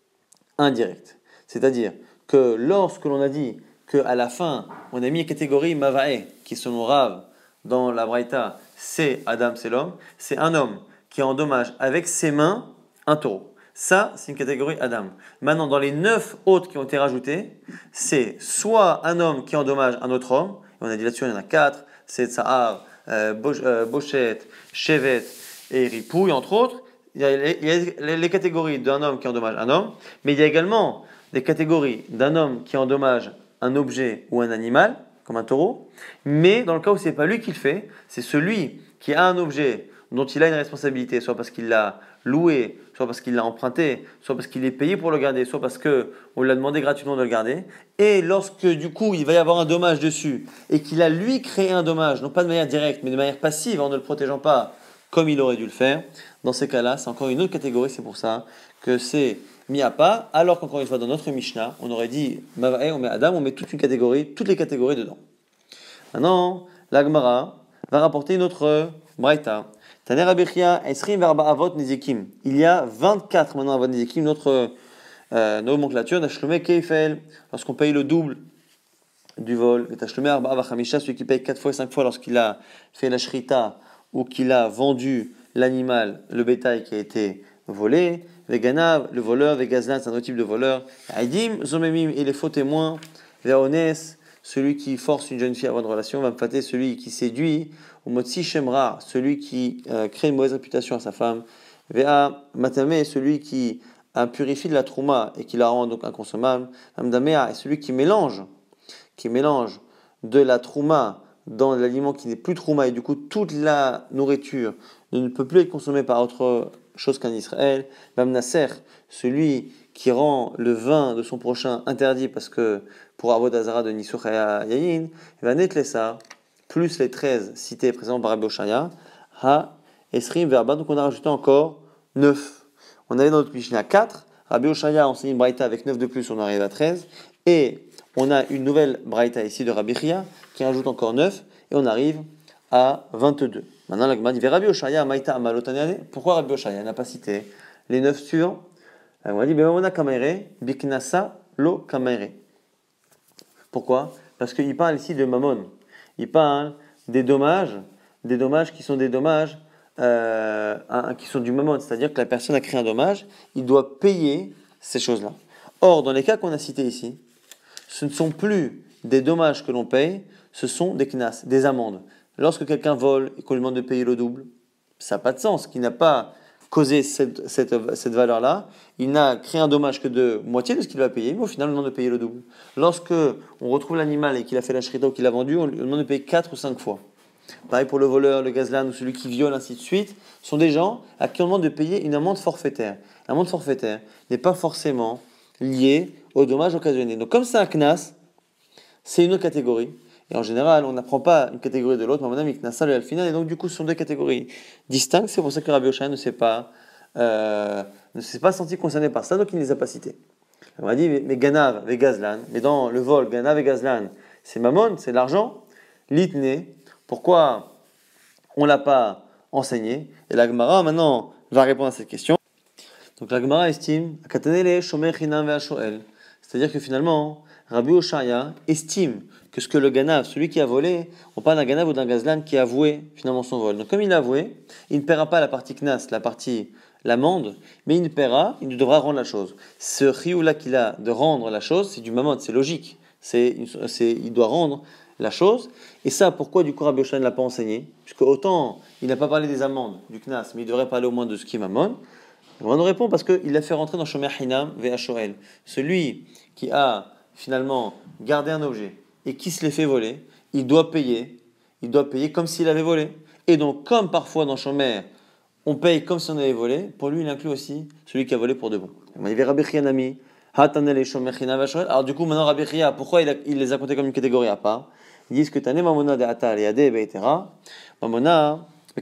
indirecte. C'est-à-dire que lorsque l'on a dit qu'à la fin, on a mis une catégorie Mavae, qui selon Rav, dans la Braïta, c'est Adam, c'est l'homme, c'est un homme qui endommage avec ses mains un taureau. Ça, c'est une catégorie Adam. Maintenant, dans les neuf autres qui ont été rajoutés, c'est soit un homme qui endommage un autre homme, et on a dit là-dessus, il y en a quatre, c'est Tsahar, euh, Bochet, Chevet et Ripouille, entre autres. Il y a les, il y a les, les catégories d'un homme qui endommage un homme, mais il y a également des catégories d'un homme qui endommage un objet ou un animal, comme un taureau, mais dans le cas où ce n'est pas lui qui le fait, c'est celui qui a un objet dont il a une responsabilité, soit parce qu'il l'a loué, soit parce qu'il l'a emprunté, soit parce qu'il est payé pour le garder, soit parce qu'on lui a demandé gratuitement de le garder. Et lorsque du coup il va y avoir un dommage dessus, et qu'il a lui créé un dommage, non pas de manière directe, mais de manière passive, en ne le protégeant pas comme il aurait dû le faire, dans ces cas-là, c'est encore une autre catégorie, c'est pour ça que c'est mis à part, alors qu'encore une fois dans notre Mishnah, on aurait dit, on met Adam, on met toute une catégorie, toutes les catégories dedans. Maintenant, la Gemara va rapporter une autre Braïta. Taner Abichia, Esrim Verba Avot Nezikim. Il y a vingt-quatre maintenant Avot Nezikim, notre euh, nomenclature, Tashlume Keifel, lorsqu'on paye le double du vol, et Tashlume Arba Avachamisha, celui qui paye quatre fois et cinq fois lorsqu'il a fait la shrita ou qu'il a vendu l'animal, le bétail qui a été volé, Veganav, le voleur, Vegazlan, c'est un autre type de voleur, Aidim, Zomemim, et les faux témoins, Veones, celui qui force une jeune fille à avoir une relation, va me fâter celui qui séduit, ou Motsi Shemra, celui qui euh, crée une mauvaise réputation à sa femme, Vea Matame, celui qui euh, purifie de la trouma et qui la rend donc inconsommable, Amdamea, celui qui mélange, qui mélange de la trouma dans l'aliment qui n'est plus trouma et du coup toute la nourriture ne peut plus être consommée par autre chose qu'un Israël, Bamnaser, celui qui rend le vin de son prochain interdit parce que pour Avodazara de Nisur Yayin, va netlesa, plus les treize cités présentes par Rabbi Oshaya, Ha, Esrim, Verba, donc on a rajouté encore neuf. On avait dans notre Mishnah quatre, Rabbi Oshaya a enseigné une Braïta avec neuf de plus, on arrive à treize, et on a une nouvelle Braïta ici de Rabbi Chia qui rajoute encore neuf, et on arrive à vingt-deux. Maintenant, la Gemara dit, Rabbi Oshaya, Maïta, Amalotanane, pourquoi Rabbi Oshaya n'a pas cité les neuf suivants? On a dit, on a Kamaire, Biknasa, Lo Kamaire. Pourquoi? Parce qu'il parle ici de Mammon. Il parle des dommages, des dommages qui sont des dommages euh, qui sont du Mammon. C'est-à-dire que la personne a créé un dommage, il doit payer ces choses-là. Or, dans les cas qu'on a cités ici, ce ne sont plus des dommages que l'on paye, ce sont des knas, des amendes. Lorsque quelqu'un vole et qu'on lui demande de payer le double, ça n'a pas de sens, qu'il n'a pas causé cette, cette, cette valeur-là, il n'a créé un dommage que de moitié de ce qu'il va payer, mais au final, on lui demande de payer le double. Lorsque on retrouve l'animal et qu'il a fait la shrita ou qu'il a vendu, on lui demande de payer quatre ou cinq fois. Pareil pour le voleur, le gazlan ou celui qui viole, ainsi de suite, ce sont des gens à qui on demande de payer une amende forfaitaire. L'amende forfaitaire n'est pas forcément liée au dommage occasionné. Donc comme c'est un knas, c'est une autre catégorie. Et en général, on n'apprend pas une catégorie de l'autre, mais madame, il knasa le final, et donc du coup, ce sont deux catégories distinctes. C'est pour ça que Rabbi Oshaya ne s'est pas euh, ne s'est pas senti concerné par ça, donc il ne les a pas cités. On m'a dit, mais, mais Ganav et Gazlan, mais dans le vol, Ganav et Gazlan, c'est Mammon, c'est de l'argent. L'itne, pourquoi on ne l'a pas enseigné? Et la Gemara, maintenant, va répondre à cette question. Donc la Gemara estime, c'est-à-dire que finalement, Rabbi Oshaya estime que ce que le Ganav, celui qui a volé, on parle d'un Ganav ou d'un Gazlan qui a avoué finalement son vol. Donc comme il a avoué, il ne paiera pas la partie Knas, la partie l'amende, mais il ne paiera, il ne devra rendre la chose. Ce rioula qu'il a de rendre la chose, c'est du mamon, c'est logique. C'est, c'est, il doit rendre la chose. Et ça, pourquoi du coup Rabbi Oshaya ne l'a pas enseigné? Puisque autant il n'a pas parlé des amendes, du Knas, mais il devrait parler au moins de ce qui est mamon. On nous répond parce qu'il l'a fait rentrer dans Shomer Hinam Ve'a Shoel. Celui qui a finalement gardé un objet et qui se l'est fait voler, il doit payer, il doit payer comme s'il avait volé. Et donc, comme parfois dans Shomer, on paye comme si on avait volé, pour lui, il inclut aussi celui qui a volé pour de bon. Il y avait Rabbi Chia Nami, Hatanel et Shomer Hinam Ve'a Shoel. Alors du coup, maintenant Rabbi Chia, pourquoi il, a, il les a comptés comme une catégorie à part? Ils disent que Tane Mamona de Atal et Ade Beitera. Mamona.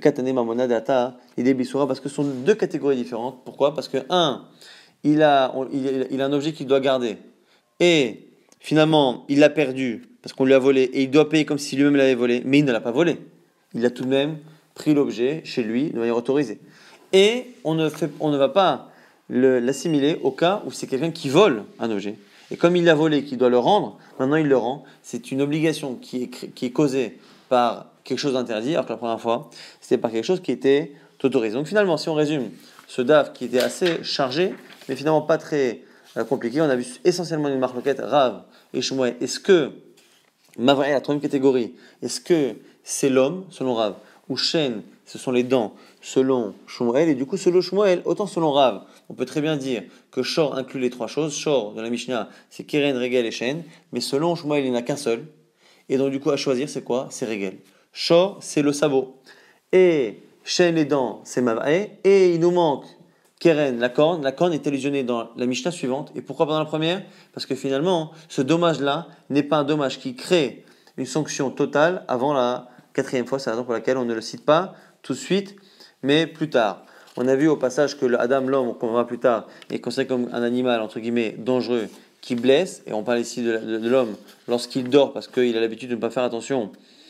Parce que ce sont deux catégories différentes. Pourquoi? Parce que, un, il a, il, il a un objet qu'il doit garder. Et finalement, il l'a perdu parce qu'on lui a volé. Et il doit payer comme si lui-même l'avait volé. Mais il ne l'a pas volé. Il a tout de même pris l'objet chez lui de manière autorisée. Et on ne, fait, on ne va pas le, l'assimiler au cas où c'est quelqu'un qui vole un objet. Et comme il l'a volé et qu'il doit le rendre, maintenant il le rend. C'est une obligation qui est, qui est causée par quelque chose d'interdit, alors que la première fois, c'était par quelque chose qui était autorisé. Donc finalement, si on résume ce daf qui était assez chargé, mais finalement pas très euh, compliqué, on a vu essentiellement une marloquette, Rav et Shmuel. Est-ce que, Mavraï, la troisième catégorie, est-ce que c'est l'homme, selon Rav, ou Shen, ce sont les dents, selon Shmuel, et du coup, selon Shmuel, autant selon Rav, on peut très bien dire que Shor inclut les trois choses. Shor, de la Mishnah, c'est Keren, Regel et Shen, mais selon Shmuel, il n'y en a qu'un seul. Et donc, du coup, à choisir, c'est quoi? C'est Regel. Shor, c'est le sabot. Et Shen, les dents, c'est Mavae. Et il nous manque Keren, la corne. La corne est allusionnée dans la Mishnah suivante. Et pourquoi pas dans la première? Parce que finalement, ce dommage-là n'est pas un dommage qui crée une sanction totale avant la quatrième fois. C'est la raison pour laquelle on ne le cite pas tout de suite, mais plus tard. On a vu au passage que le Adam, l'homme, qu'on verra plus tard, est considéré comme un animal, entre guillemets, dangereux, qui blesse. Et on parle ici de, de, de l'homme lorsqu'il dort, parce qu'il a l'habitude de ne pas faire attention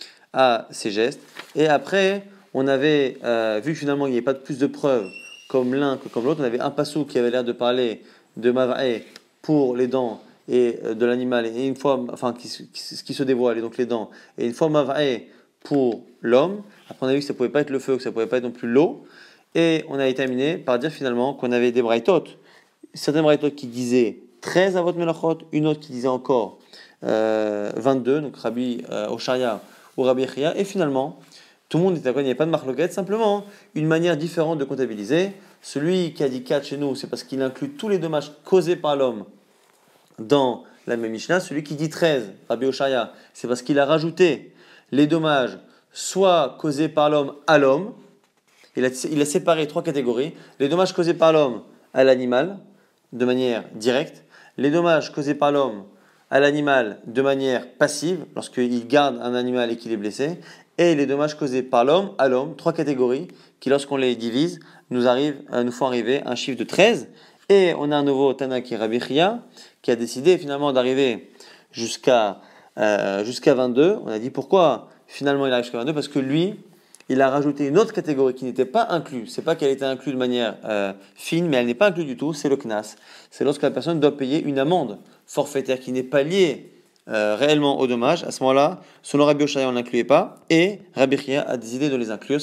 à ses gestes. Et après, on avait euh, vu que finalement il n'y avait pas de plus de preuves comme l'un que comme l'autre. On avait un passou qui avait l'air de parler de Mavae pour les dents et euh, de l'animal, et une fois, enfin, qui, qui, qui se dévoile, et donc les dents, et une fois Mavae pour l'homme. Après, on a vu que ça ne pouvait pas être le feu, que ça ne pouvait pas être non plus l'eau. Et on a terminé par dire finalement qu'on avait des braïtot, certaines braïtot qui disaient treize avot melachot, une autre qui disait encore euh, vingt-deux, donc Rabbi euh, Oshaya ou Rabbi Chia, et finalement, tout le monde était d'accord, il n'y avait pas de marloquette, simplement une manière différente de comptabiliser. Celui qui a dit quatre chez nous, c'est parce qu'il inclut tous les dommages causés par l'homme dans la même Mishnah. Celui qui dit treize, Rabbi Oshaya, c'est parce qu'il a rajouté les dommages soit causés par l'homme à l'homme. Il a, il a séparé trois catégories. Les dommages causés par l'homme à l'animal, de manière directe. Les dommages causés par l'homme à l'animal de manière passive, lorsqu'il garde un animal et qu'il est blessé, et les dommages causés par l'homme à l'homme, trois catégories, qui lorsqu'on les divise, nous, arrivent, nous font arriver un chiffre de treize, et on a un nouveau Tana qui est Rabbi Chia, qui a décidé finalement d'arriver jusqu'à, euh, jusqu'à vingt-deux. On a dit pourquoi finalement il arrive jusqu'à vingt-deux, parce que lui, il a rajouté une autre catégorie qui n'était pas inclue. C'est pas qu'elle était inclue de manière euh, fine, mais elle n'est pas inclue du tout, c'est le knas. C'est lorsque la personne doit payer une amende forfaitaire qui n'est pas liée euh, réellement au dommage. À ce moment-là, selon Rabbi Oshaya, on ne l'incluait pas, et Rabbi Chia a décidé de les inclure.